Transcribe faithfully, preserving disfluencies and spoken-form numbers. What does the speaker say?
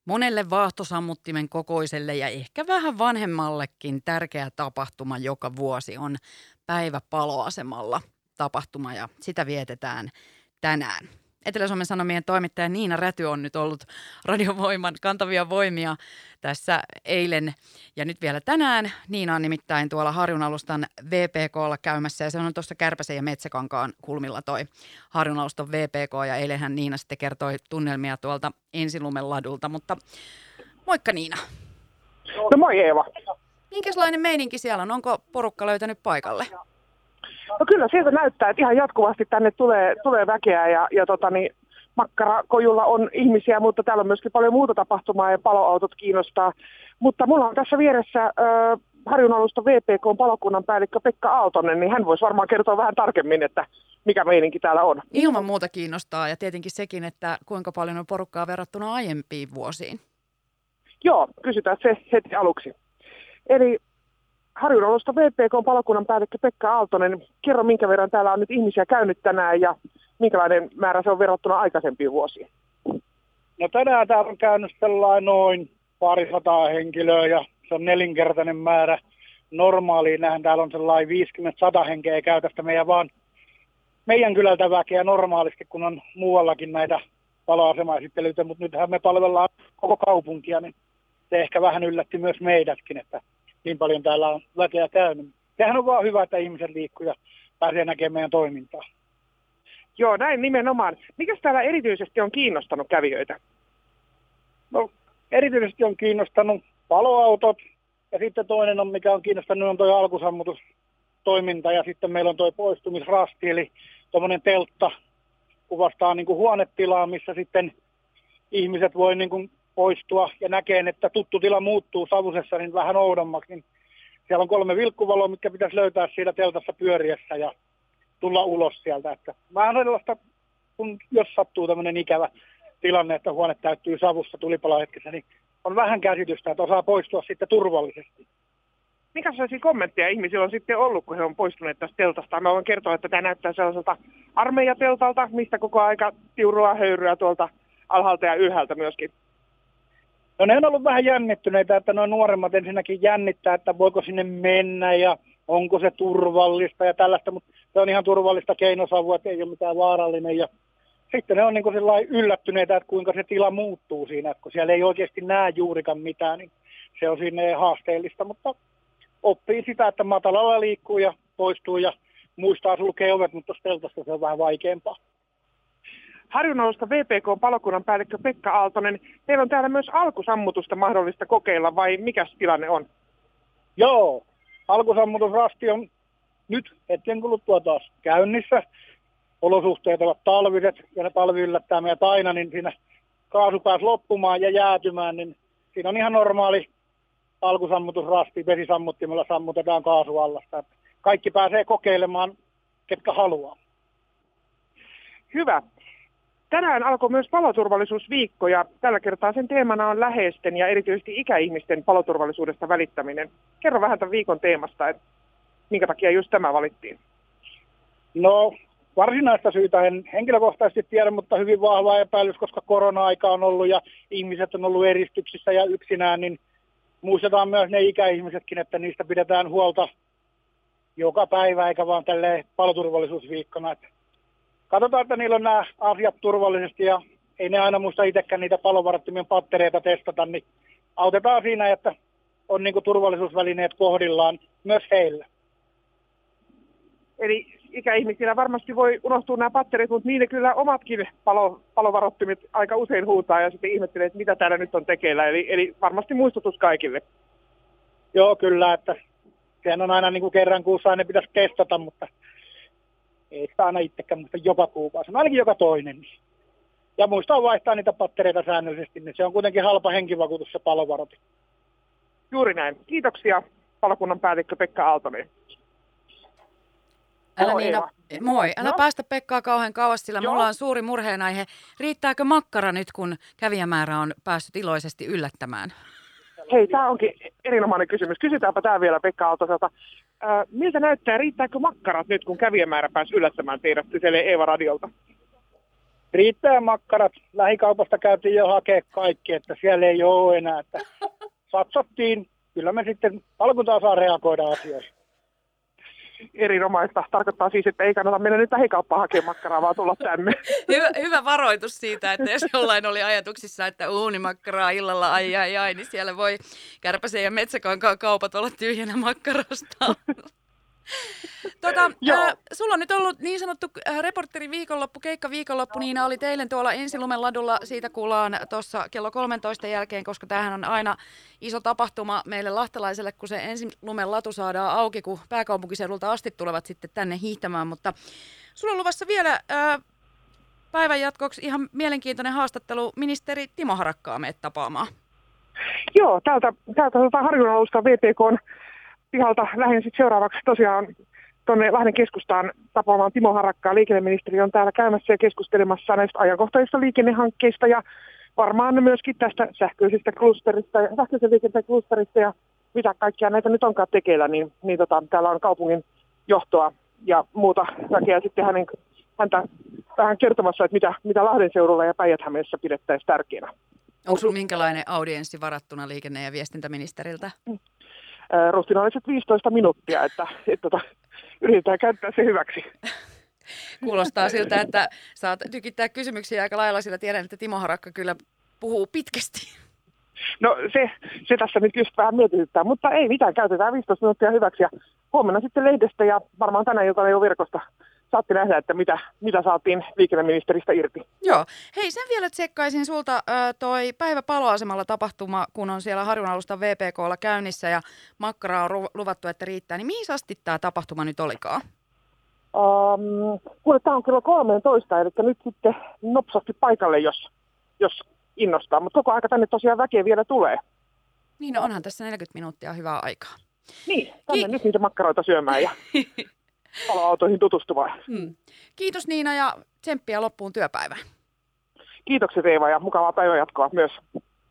monelle vaahtosammuttimen kokoiselle ja ehkä vähän vanhemmallekin tärkeä tapahtuma joka vuosi on päivä paloasemalla tapahtuma ja sitä vietetään tänään. Etelä-Suomen Sanomien toimittaja Niina Räty on nyt ollut Radiovoiman kantavia voimia tässä eilen ja nyt vielä tänään. Niina on nimittäin tuolla Harjunalustan V P K:lla käymässä ja se on tuossa Kärpäsen ja Metsäkankaan kulmilla toi Harjunaluston V P K ja eilenhän Niina sitten kertoi tunnelmia tuolta Ensilumen ladulta, mutta moikka Niina. No moi Eeva. Minkälainen meininki siellä on? Onko porukka löytänyt paikalle? No kyllä sieltä näyttää, että ihan jatkuvasti tänne tulee, tulee väkeä ja, ja tota niin, Makkarakojulla on ihmisiä, mutta täällä on myöskin paljon muuta tapahtumaa ja paloautot kiinnostaa. Mutta mulla on tässä vieressä äh, Harjunaluston V P K:n palokunnan päällikkö Pekka Aaltonen, niin hän voisi varmaan kertoa vähän tarkemmin, että mikä meininki täällä on. Ilman muuta kiinnostaa ja tietenkin sekin, että kuinka paljon on porukkaa verrattuna aiempiin vuosiin. Joo, kysytään se heti aluksi. Eli Harjunaluston V P K:n palokunnan päällikkö Pekka Aaltonen, kerro minkä verran täällä on nyt ihmisiä käynyt tänään ja minkälainen määrä se on verrattuna aikaisempiin vuosiin? No tänään täällä on käynyt sellainen noin parisataa henkilöä ja se on nelinkertainen määrä. Normaaliin nähdään täällä on sellainen viisikymmentä sata henkeä ei käy tästä meidän vaan meidän kylältä väkeä normaalisti, kun on muuallakin näitä paloasemaesittelyitä, mutta nythän me palvellaan koko kaupunkia, niin se ehkä vähän yllätti myös meidätkin, että niin paljon täällä on väkeä käynyt. Sehän on vaan hyvä, että ihmiset liikkuu ja pääsee näkemään meidän toimintaa. Joo, näin nimenomaan. Mikäs täällä erityisesti on kiinnostanut kävijöitä? No, erityisesti on kiinnostanut paloautot ja sitten toinen on, mikä on kiinnostanut, on tuo alkusammutustoiminta ja sitten meillä on tuo poistumisrasti, eli tuommoinen teltta kuvastaa niin kuin huonetilaa, missä sitten ihmiset voi niin kuin poistua ja näkee, että tuttu tila muuttuu savusessa niin vähän oudommaksi. Niin siellä on kolme vilkkuvaloa, mitkä pitäisi löytää siinä teltassa pyöriessä ja tulla ulos sieltä. Että vähän sellaista, kun jos sattuu tämmöinen ikävä tilanne, että huone täyttyy savussa tulipalohetkessä, niin on vähän käsitystä, että osaa poistua sitten turvallisesti. Mikä sellaisia kommentteja ihmisillä on sitten ollut, kun he on poistuneet tästä teltasta? Mä voin kertoa, että tämä näyttää sellaiselta armeijateltalta, mistä koko aika tiurua höyryä tuolta alhaalta ja ylhäältä myöskin. No ne on ollut vähän jännittyneitä, että nuo nuoremmat ensinnäkin jännittää, että voiko sinne mennä ja onko se turvallista ja tällaista, mutta se on ihan turvallista keinosavua, että ei ole mitään vaarallinen. Ja sitten ne on niin kuin yllättyneitä, että kuinka se tila muuttuu siinä, että kun siellä ei oikeasti näe juurikaan mitään, niin se on sinne haasteellista, mutta oppii sitä, että matalalla liikkuu ja poistuu ja muistaa sulkee ovet, mutta tuossa teltasta se on vähän vaikeampaa. Harjunalusta V P K:n palokunnan päällikkö Pekka Aaltonen, teillä on täällä myös alkusammutusta mahdollista kokeilla, vai mikä tilanne on? Joo, alkusammutusrasti on nyt hetken kuluttua taas käynnissä. Olosuhteet ovat talviset ja ne talvi yllättää meidät aina, niin siinä kaasu pääsi loppumaan ja jäätymään, niin siinä on ihan normaali alkusammutusrasti, vesisammuttimella sammutetaan kaasuallasta. Kaikki pääsee kokeilemaan, ketkä haluaa. Hyvä. Tänään alkoi myös paloturvallisuusviikko ja tällä kertaa sen teemana on läheisten ja erityisesti ikäihmisten paloturvallisuudesta välittäminen. Kerro vähän tämän viikon teemasta, että minkä takia just tämä valittiin. No varsinaista syytä en henkilökohtaisesti tiedä, mutta hyvin vahva epäilys, koska korona-aika on ollut ja ihmiset on ollut eristyksissä ja yksinään, niin muistetaan myös ne ikäihmisetkin, että niistä pidetään huolta joka päivä eikä vaan tälleen paloturvallisuusviikkona. Katsotaan, että niillä on nämä asiat turvallisesti ja ei ne aina muista itsekään niitä palovarattimien pattereita testata, niin autetaan siinä, että on niin kuin turvallisuusvälineet kohdillaan myös heillä. Eli ikäihmisillä varmasti voi unohtua nämä patterit, mutta niille kyllä omatkin palo, palovarottimet aika usein huutaa ja sitten ihmettelee, että mitä täällä nyt on tekeillä. Eli, eli varmasti muistutus kaikille. Joo, kyllä, että sehän on aina niin kuin kerran kuussa ne pitäisi testata, mutta ei sitä aina itsekään muista joka kuukausi, ainakin joka toinen. Ja muistaa vaihtaa niitä pattereita säännöllisesti, niin se on kuitenkin halpa henkivakuutus se palovaroitin. Juuri näin. Kiitoksia palokunnan päällikkö Pekka Aaltonen. Älä Niina, moi. Älä no? päästä Pekkaa kauhean kauas, sillä Joo. mulla on suuri murheenaihe. Riittääkö makkara nyt, kun kävijämäärä on päässyt iloisesti yllättämään? Hei, tämä onkin erinomainen kysymys. Kysytäänpä tämä vielä Pekka Aaltoselta. Äh, miltä näyttää, riittääkö makkarat nyt, kun kävijämäärä pääsi yllättämään teidät kyselee Eeva Radiolta? riittää makkarat. Lähikaupasta käytiin jo hakea kaikki, että siellä ei ole enää. Että satsattiin. Kyllä me sitten alkuun saa reagoida asioihin. Erinomaista. Tarkoittaa siis, että ei kannata mennä nyt lähikauppaan hakemaan makkaraa, vaan tulla tänne. Hyvä, hyvä varoitus siitä, että jos jollain oli ajatuksissa, että uunimakkaraa illalla, ai ai ai, niin siellä voi Kärpäsen ja Metsäkankaan kaupat olla tyhjänä makkarasta. Tota, äh, sulla on nyt ollut niin sanottu äh, reporteri viikonloppu, keikka viikonloppu, Niina, oli eilen tuolla Ensilumen ladulla. Siitä kuullaan tuossa kello kolmentoista jälkeen, koska tämähän on aina iso tapahtuma meille lahtelaiselle, kun se Ensilumen latu saadaan auki, kun pääkaupunkiseudulta asti tulevat sitten tänne hiihtämään. Mutta sulla on luvassa vielä äh, päivän jatkoksi ihan mielenkiintoinen haastattelu. Ministeri Timo Harakkaa meet tapaamaan. Joo, täältä, täältä tota Harjun alusta V P K:n pihalta lähdin sitten seuraavaksi tosiaan tuonne Lahden keskustaan tapaamaan Timo Harakkaa. Liikenneministeri on täällä käymässä ja keskustelemassa näistä ajankohtaisista liikennehankkeista ja varmaan myöskin tästä sähköisestä klusterista ja sähköisen liikenteen klusterista ja mitä kaikkia näitä nyt onkaan tekeillä, niin, niin tota, täällä on kaupungin johtoa ja muuta väkeä sitten hänen, häntä vähän kertomassa, että mitä, mitä Lahden seudulla ja Päijät-Hämeessä pidettäisiin tärkeänä. Onko sinulla minkälainen audienssi varattuna liikenne- ja viestintäministeriltä? Rustinalliset viisitoista minuuttia, että, että, että yritetään käyttää se hyväksi. Kuulostaa siltä, että saat tykittää kysymyksiä aika lailla, sillä tiedän, että Timo Harakka kyllä puhuu pitkästi. No se, se tässä nyt just vähän mietityttää, mutta ei mitään, käytetään viisitoista minuuttia hyväksi ja huomenna sitten lehdestä ja varmaan tänä iltana jo verkosta saatte nähdä, että mitä, mitä saatiin liikenneministeristä irti. Joo. Hei, sen vielä tsekkaisin sulta äh, toi päivä paloasemalla tapahtuma, kun on siellä Harjun alusta V P K:lla käynnissä ja makkaraa on ru- luvattu, että riittää. Niin mihin asti tämä tapahtuma nyt olikaan? Um, kuule, tämä on kello kolmetoista, eli nyt sitten nopsasti paikalle, jos, jos innostaa. Mutta koko aika tänne tosiaan väkeä vielä tulee. Niin, no onhan tässä neljäkymmentä minuuttia hyvää aikaa. Niin, tänne Ki- nyt niitä makkaroita syömään ja paloautoihin tutustumaan. Hmm. Kiitos Niina ja tsemppiä loppuun työpäivään. Kiitokset Eeva ja mukavaa päivänjatkoa myös.